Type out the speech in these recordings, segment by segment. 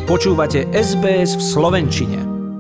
Počúvate SBS v slovenčine.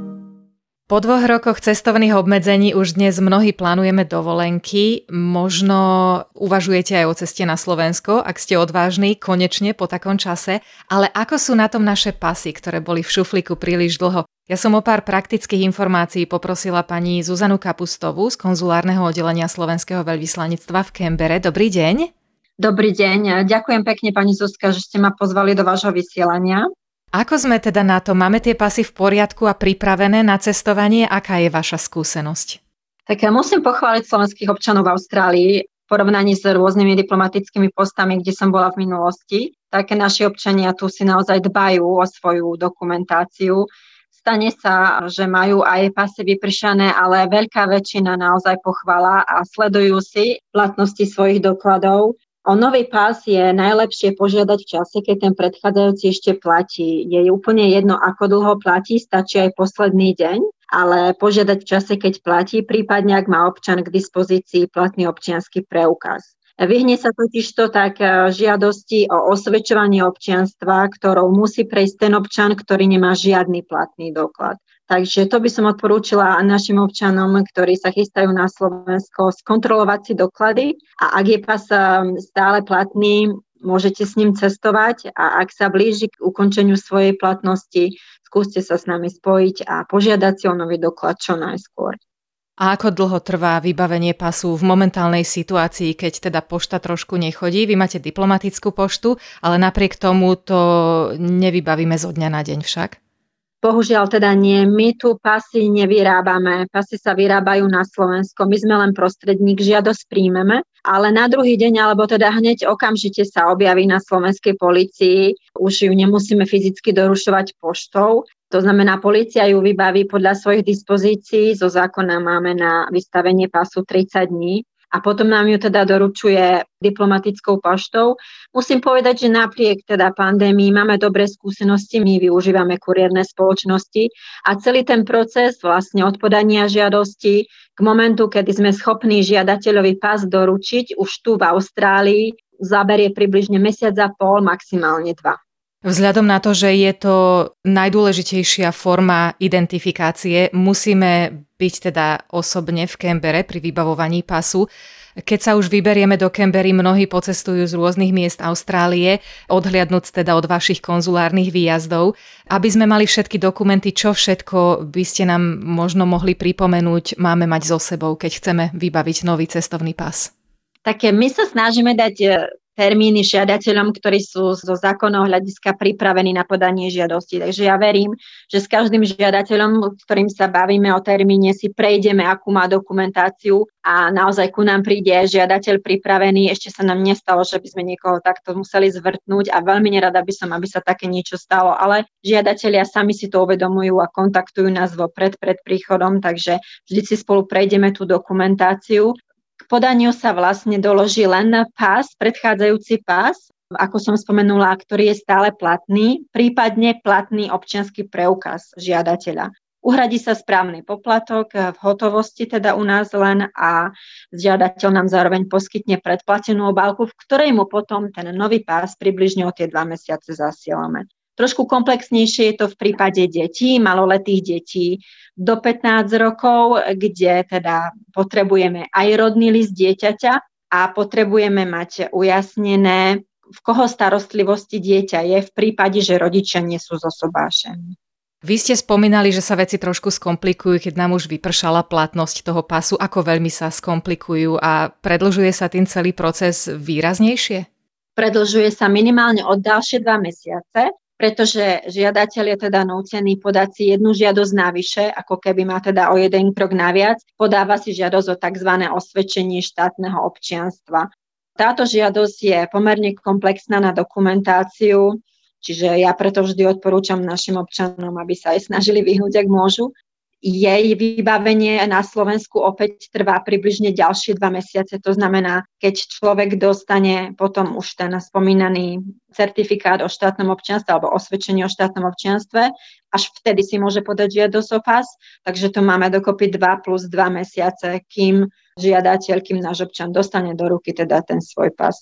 Po 2 rokoch cestovných obmedzení už dnes mnohí plánujeme dovolenky. Možno uvažujete aj o ceste na Slovensko, ak ste odvážni, konečne po takom čase. Ale ako sú na tom naše pasy, ktoré boli v šuflíku príliš dlho? Ja som o pár praktických informácií poprosila pani Zuzanu Kapustovú z konzulárneho oddelenia Slovenského veľvyslanectva v Canbere. Dobrý deň. Dobrý deň. Ďakujem pekne, pani Zuzka, že ste ma pozvali do vášho vysielania. Ako sme teda na to? Máme tie pasy v poriadku a pripravené na cestovanie? Aká je vaša skúsenosť? Tak ja musím pochváliť slovenských občanov v Austrálii v porovnaní s rôznymi diplomatickými postami, kde som bola v minulosti. Tak naši občania tu si naozaj dbajú o svoju dokumentáciu. Stane sa, že majú aj pasy vypršané, ale veľká väčšina naozaj pochvála a sledujú si platnosti svojich dokladov. O nový pás je najlepšie požiadať v čase, keď ten predchádzajúci ešte platí. Je úplne jedno, ako dlho platí, stačí aj posledný deň, ale požiadať v čase, keď platí, prípadne ak má občan k dispozícii platný občiansky preukaz. Vyhne sa totižto tak žiadosti o osvedčovanie občianstva, ktorou musí prejsť ten občan, ktorý nemá žiadny platný doklad. Takže to by som odporúčila našim občanom, ktorí sa chystajú na Slovensko, skontrolovať si doklady a ak je pas stále platný, môžete s ním cestovať a ak sa blíži k ukončeniu svojej platnosti, skúste sa s nami spojiť a požiadať si o nový doklad čo najskôr. A ako dlho trvá vybavenie pasu v momentálnej situácii, keď teda pošta trošku nechodí? Vy máte diplomatickú poštu, ale napriek tomu to nevybavíme zo dňa na deň však? Bohužiaľ teda nie, my tu pasy nevyrábame, pasy sa vyrábajú na Slovensko, my sme len prostredník, žiadosť príjmeme, ale na druhý deň, alebo teda hneď okamžite sa objaví na slovenskej polícii, už ju nemusíme fyzicky doručovať poštou, to znamená, polícia ju vybaví podľa svojich dispozícií, zo zákona máme na vystavenie pasu 30 dní. A potom nám ju teda doručuje diplomatickou poštou. Musím povedať, že napriek teda pandémii máme dobré skúsenosti, my využívame kuriérne spoločnosti a celý ten proces vlastne od podania žiadosti k momentu, kedy sme schopní žiadateľovi pas doručiť už tu v Austrálii, zaberie približne mesiac a pol, maximálne 2. Vzhľadom na to, že je to najdôležitejšia forma identifikácie, musíme byť teda osobne v Canbere pri vybavovaní pasu. Keď sa už vyberieme do Canbery, mnohí pocestujú z rôznych miest Austrálie, odhliadnúc teda od vašich konzulárnych výjazdov. Aby sme mali všetky dokumenty, čo všetko by ste nám možno mohli pripomenúť, máme mať so sebou, keď chceme vybaviť nový cestovný pas? Tak my sa snažíme dať termíny žiadateľom, ktorí sú zo zákonného hľadiska pripravení na podanie žiadosti. Takže ja verím, že s každým žiadateľom, ktorým sa bavíme o termíne, si prejdeme, akú má dokumentáciu a naozaj ku nám príde žiadateľ pripravený. Ešte sa nám nestalo, že by sme niekoho takto museli zvrtnúť a veľmi nerada by som, aby sa také niečo stalo, ale žiadatelia sami si to uvedomujú a kontaktujú nás pred príchodom, takže vždy si spolu prejdeme tú dokumentáciu. K podaniu sa vlastne doloží len pás, predchádzajúci pás, ako som spomenula, ktorý je stále platný, prípadne platný občiansky preukaz žiadateľa. Uhradí sa správny poplatok v hotovosti teda u nás len a žiadateľ nám zároveň poskytne predplatenú obálku, v ktorej mu potom ten nový pás približne o tie 2 mesiace zasielame. Trošku komplexnejšie je to v prípade detí, maloletých detí do 15 rokov, kde teda potrebujeme aj rodný list dieťaťa a potrebujeme mať ujasnené, v koho starostlivosti dieťa je v prípade, že rodičia nie sú zosobášení. Vy ste spomínali, že sa veci trošku skomplikujú, keď nám už vypršala platnosť toho pasu. Ako veľmi sa skomplikujú a predĺžuje sa tým celý proces výraznejšie? Predĺžuje sa minimálne od ďalšie 2 mesiace, pretože žiadateľ je teda nútený podať si jednu žiadosť navyše, ako keby má teda o jeden krok naviac, podáva si žiadosť o tzv. Osvedčenie štátneho občianstva. Táto žiadosť je pomerne komplexná na dokumentáciu, čiže ja preto vždy odporúčam našim občanom, aby sa aj snažili vyhnúť, ak môžu. Jej vybavenie na Slovensku opäť trvá približne ďalšie 2 mesiace. To znamená, keď človek dostane potom už ten spomínaný certifikát o štátnom občianstve alebo osvedčenie o štátnom občianstve, až vtedy si môže podať žiadosť o pas. Takže to máme dokopy 2 plus 2 mesiace, kým žiadateľ, kým náš občan dostane do ruky teda ten svoj pas.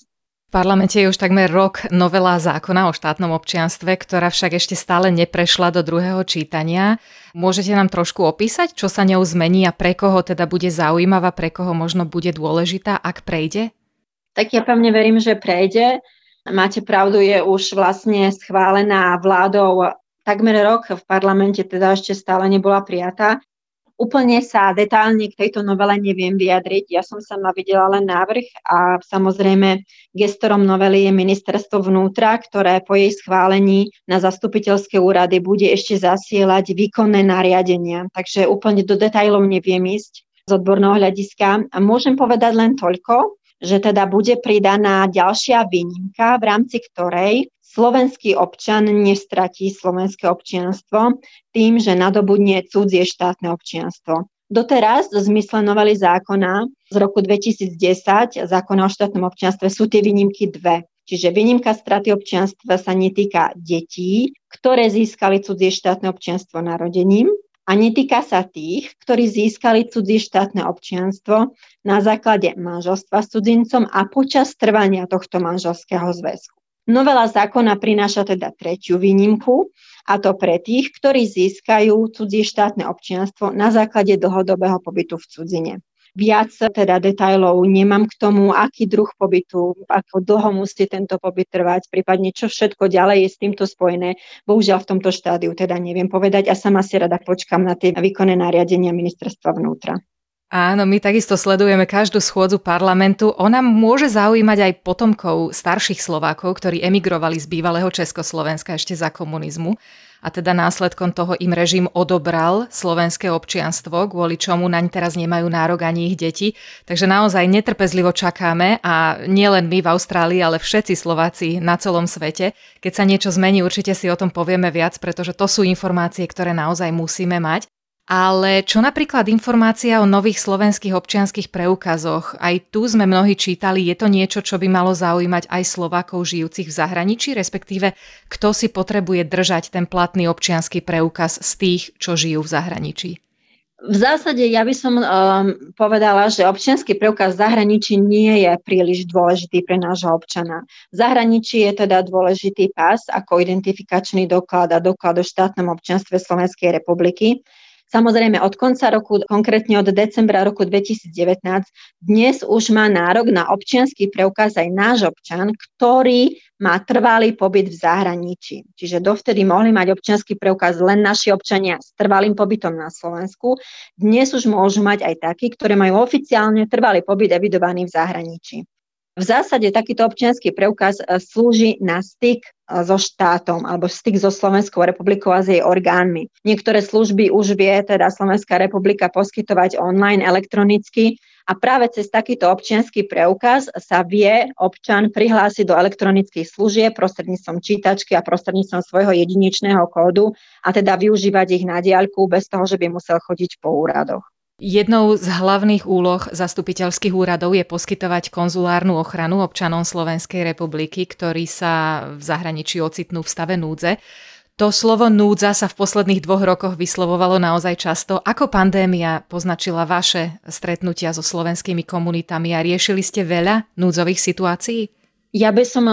V parlamente je už takmer rok novela zákona o štátnom občianstve, ktorá však ešte stále neprešla do druhého čítania. Môžete nám trošku opísať, čo sa ňou zmení a pre koho teda bude zaujímavá, pre koho možno bude dôležitá, ak prejde? Tak ja pevne verím, že prejde. Máte pravdu, je už vlastne schválená vládou takmer rok, v parlamente teda ešte stále nebola prijatá. Úplne sa detailne k tejto novele neviem vyjadriť. Ja som sama videla len návrh a samozrejme gestorom novely je ministerstvo vnútra, ktoré po jej schválení na zastupiteľské úrady bude ešte zasielať výkonné nariadenia. Takže úplne do detailov neviem ísť z odborného hľadiska. A môžem povedať len toľko, že teda bude pridaná ďalšia výnimka, v rámci ktorej slovenský občan nestratí slovenské občianstvo tým, že nadobudne cudzie štátne občianstvo. Doteraz v zmysle novely zákona z roku 2010, zákona o štátnom občianstve, sú tie výnimky dve. Čiže výnimka straty občianstva sa netýka detí, ktoré získali cudzie štátne občianstvo narodením, a netýka sa tých, ktorí získali cudzie štátne občianstvo na základe manželstva s cudzincom a počas trvania tohto manželského zväzku. Novela zákona prináša teda tretiu výnimku, a to pre tých, ktorí získajú cudzie štátne občianstvo na základe dlhodobého pobytu v cudzine. Viac teda detailov nemám k tomu, aký druh pobytu, ako dlho musí tento pobyt trvať, prípadne čo všetko ďalej je s týmto spojené. Bohužiaľ v tomto štádiu teda neviem povedať a sama si rada počkam na tie výkonné nariadenia ministerstva vnútra. Áno, my takisto sledujeme každú schôdzu parlamentu. Ona môže zaujímať aj potomkov starších Slovákov, ktorí emigrovali z bývalého Československa ešte za komunizmu. A teda následkom toho im režim odobral slovenské občianstvo, kvôli čomu naň teraz nemajú nárok ani ich deti. Takže naozaj netrpezlivo čakáme a nielen my v Austrálii, ale všetci Slováci na celom svete. Keď sa niečo zmení, určite si o tom povieme viac, pretože to sú informácie, ktoré naozaj musíme mať. Ale čo napríklad informácia o nových slovenských občianskych preukazoch? Aj tu sme mnohí čítali, je to niečo, čo by malo zaujímať aj Slovákov žijúcich v zahraničí, respektíve kto si potrebuje držať ten platný občiansky preukaz z tých, čo žijú v zahraničí? V zásade ja by som povedala, že občiansky preukaz v zahraničí nie je príliš dôležitý pre nášho občana. V zahraničí je teda dôležitý pas ako identifikačný doklad a doklad o štátnom občianstve Slovenskej republiky. Samozrejme od konca roku, konkrétne od decembra roku 2019, dnes už má nárok na občiansky preukaz aj náš občan, ktorý má trvalý pobyt v zahraničí. Čiže dovtedy mohli mať občiansky preukaz len naši občania s trvalým pobytom na Slovensku. Dnes už môžu mať aj takí, ktorí majú oficiálne trvalý pobyt evidovaný v zahraničí. V zásade takýto občiansky preukaz slúži na styk so štátom alebo styk so Slovenskou republikou a s jej orgánmi. Niektoré služby už vie teda Slovenská republika poskytovať online, elektronicky a práve cez takýto občiansky preukaz sa vie občan prihlásiť do elektronických služieb prostredníctvom čítačky a prostredníctvom svojho jedinečného kódu a teda využívať ich na diaľku bez toho, že by musel chodiť po úradoch. Jednou z hlavných úloh zastupiteľských úradov je poskytovať konzulárnu ochranu občanom Slovenskej republiky, ktorí sa v zahraničí ocitnú v stave núdze. To slovo núdza sa v posledných 2 rokoch vyslovovalo naozaj často. Ako pandémia poznačila vaše stretnutia so slovenskými komunitami a riešili ste veľa núdzových situácií? Ja by som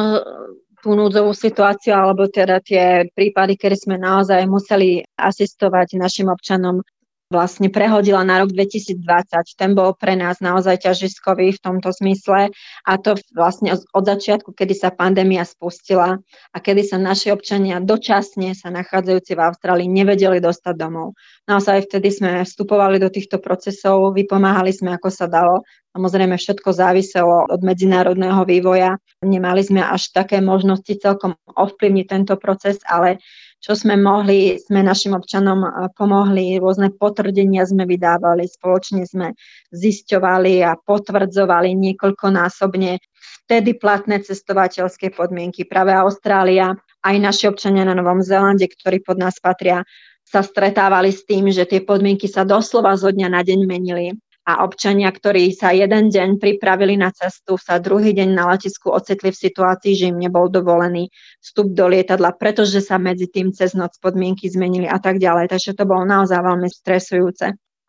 tú núdzovú situáciu, alebo teda tie prípady, kedy sme naozaj museli asistovať našim občanom, vlastne prehodila na rok 2020. Ten bol pre nás naozaj ťažiskový v tomto zmysle a to vlastne od začiatku, kedy sa pandémia spustila a kedy sa naši občania dočasne sa nachádzajúci v Austrálii nevedeli dostať domov. Naozaj vtedy sme vstupovali do týchto procesov, vypomáhali sme ako sa dalo. Samozrejme všetko záviselo od medzinárodného vývoja. Nemali sme až také možnosti celkom ovplyvniť tento proces, ale čo sme mohli, sme našim občanom pomohli, rôzne potvrdenia sme vydávali, spoločne sme zisťovali a potvrdzovali niekoľkonásobne vtedy platné cestovateľské podmienky. Práve Austrália, aj naši občania na Novom Zélande, ktorí pod nás patria, sa stretávali s tým, že tie podmienky sa doslova zo dňa na deň menili. A občania, ktorí sa jeden deň pripravili na cestu, sa druhý deň na letisku ocitli v situácii, že im nebol dovolený vstup do lietadla, pretože sa medzi tým cez noc podmienky zmenili a tak ďalej. Takže to bolo naozaj veľmi stresujúce.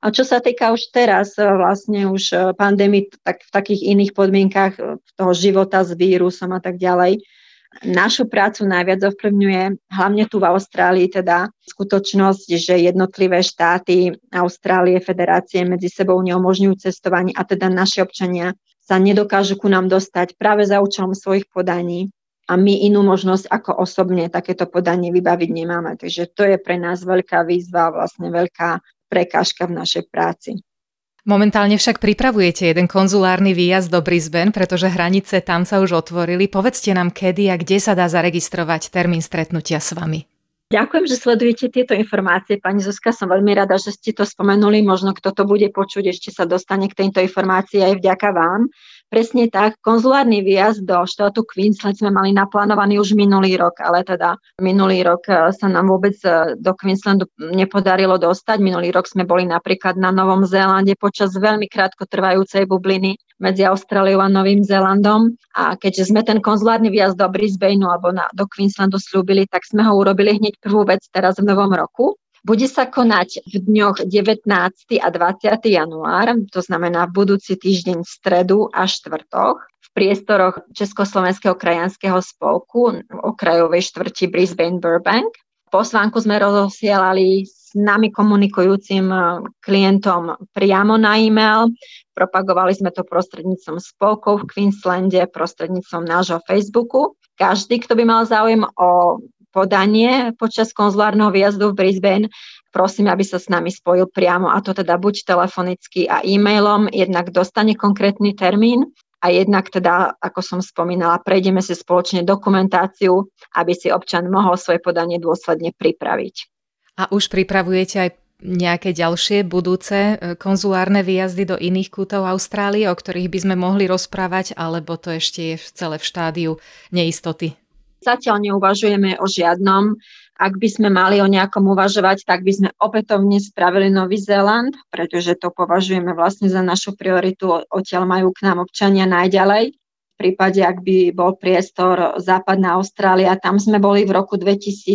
A čo sa týka už teraz, vlastne už pandémie, tak v takých iných podmienkach toho života s vírusom a tak ďalej, našu prácu najviac ovplyvňuje, hlavne tu v Austrálii, teda skutočnosť, že jednotlivé štáty Austrálie, federácie medzi sebou neumožňujú cestovanie a teda naši občania sa nedokážu ku nám dostať práve za účelom svojich podaní a my inú možnosť ako osobne takéto podanie vybaviť nemáme. Takže to je pre nás veľká výzva, vlastne veľká prekážka v našej práci. Momentálne však pripravujete jeden konzulárny výjazd do Brisbane, pretože hranice tam sa už otvorili. Povedzte nám, kedy a kde sa dá zaregistrovať termín stretnutia s vami. Ďakujem, že sledujete tieto informácie. Pani Zuzka, som veľmi rada, že ste to spomenuli. Možno kto to bude počuť, ešte sa dostane k tejto informácii aj vďaka vám. Presne tak, konzulárny výjazd do štátu Queensland sme mali naplánovaný už minulý rok, ale teda minulý rok sa nám vôbec do Queenslandu nepodarilo dostať. Minulý rok sme boli napríklad na Novom Zélande počas veľmi krátko trvajúcej bubliny medzi Austráliou a Novým Zélandom. A keďže sme ten konzulárny výjazd do Brisbaneu alebo do Queenslandu slúbili, tak sme ho urobili hneď prvú vec teraz v novom roku. Bude sa konať v dňoch 19. a 20. január, to znamená v budúci týždeň v stredu a štvrtok, v priestoroch Československého krajanského spolku v okrajovej štvrti Brisbane Burbank. Pozvánku sme rozosielali s nami komunikujúcim klientom priamo na e-mail. Propagovali sme to prostredníctvom spolkov v Queenslande, prostredníctvom nášho Facebooku. Každý, kto by mal záujem o podanie počas konzulárneho výjazdu v Brisbane, prosím, aby sa s nami spojil priamo, a to teda buď telefonicky a e-mailom, jednak dostane konkrétny termín a jednak teda, ako som spomínala, prejdeme si spoločne dokumentáciu, aby si občan mohol svoje podanie dôsledne pripraviť. A už pripravujete aj nejaké ďalšie budúce konzulárne výjazdy do iných kútov Austrálie, o ktorých by sme mohli rozprávať, alebo to ešte je celé v štádiu neistoty? Zatiaľ neuvažujeme o žiadnom. Ak by sme mali o nejakom uvažovať, tak by sme opätovne spravili Nový Zéland, pretože to považujeme vlastne za našu prioritu. Odtiaľ majú k nám občania najďalej. V prípade, ak by bol priestor Západná Austrália, tam sme boli v roku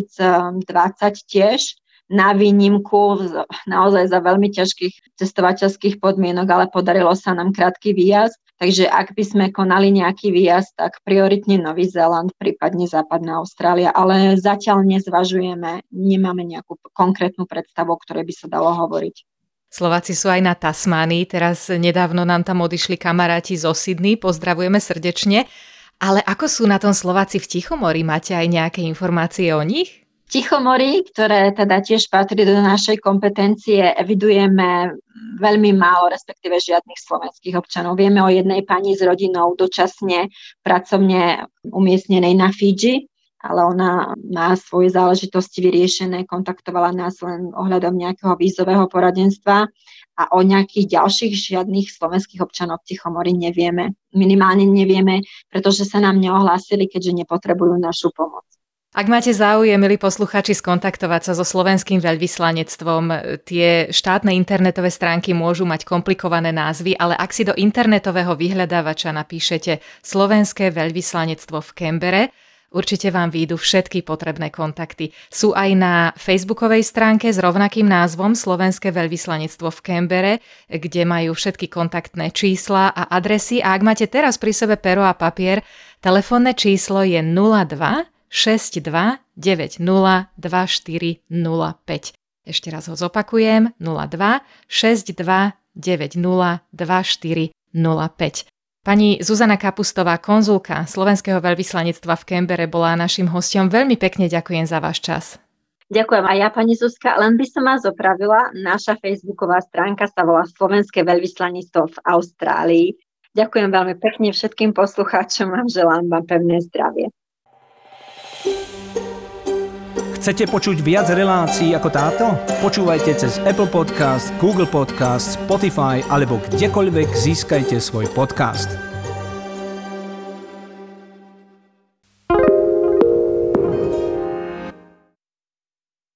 2020 tiež, na výnimku naozaj za veľmi ťažkých cestovateľských podmienok, ale podarilo sa nám krátky výjazd. Takže ak by sme konali nejaký výjazd, tak prioritne Nový Zéland, prípadne Západná Austrália, ale zatiaľ nezvažujeme, nemáme nejakú konkrétnu predstavu, o ktorej by sa dalo hovoriť. Slováci sú aj na Tasmánii, teraz nedávno nám tam odišli kamaráti zo Sydney, pozdravujeme srdečne. Ale ako sú na tom Slováci v Tichomorí? Máte aj nejaké informácie o nich? Tichomorí, ktoré teda tiež patrí do našej kompetencie, evidujeme veľmi málo, respektíve žiadnych slovenských občanov. Vieme o jednej pani s rodinou dočasne pracovne umiestnenej na Fidži, ale ona má svoje záležitosti vyriešené, kontaktovala nás len ohľadom nejakého vízového poradenstva a o nejakých ďalších žiadnych slovenských občanov v Tichomorí nevieme. Minimálne nevieme, pretože sa nám neohlásili, keďže nepotrebujú našu pomoc. Ak máte záujem, milí posluchači, skontaktovať sa so slovenským veľvyslanectvom, tie štátne internetové stránky môžu mať komplikované názvy, ale ak si do internetového vyhľadávača napíšete Slovenské veľvyslanectvo v Canbere, určite vám výjdu všetky potrebné kontakty. Sú aj na facebookovej stránke s rovnakým názvom Slovenské veľvyslanectvo v Canbere, kde majú všetky kontaktné čísla a adresy. A ak máte teraz pri sebe pero a papier, telefónne číslo je 02 62 90 24 05. Ešte raz ho zopakujem. 02 62 90 24 05. Pani Zuzana Kapustová, konzulka Slovenského veľvyslanectva v Canbere, bola našim hosťom. Veľmi pekne ďakujem za váš čas. Ďakujem aj ja, pani Zuzka. Len by som vás opravila. Naša facebooková stránka sa volá Slovenské veľvyslanectvo v Austrálii. Ďakujem veľmi pekne všetkým poslucháčom a želám vám pevné zdravie. Chcete počuť viac relácií ako táto? Počúvajte cez Apple Podcast, Google Podcast, Spotify alebo kdekoľvek získajte svoj podcast.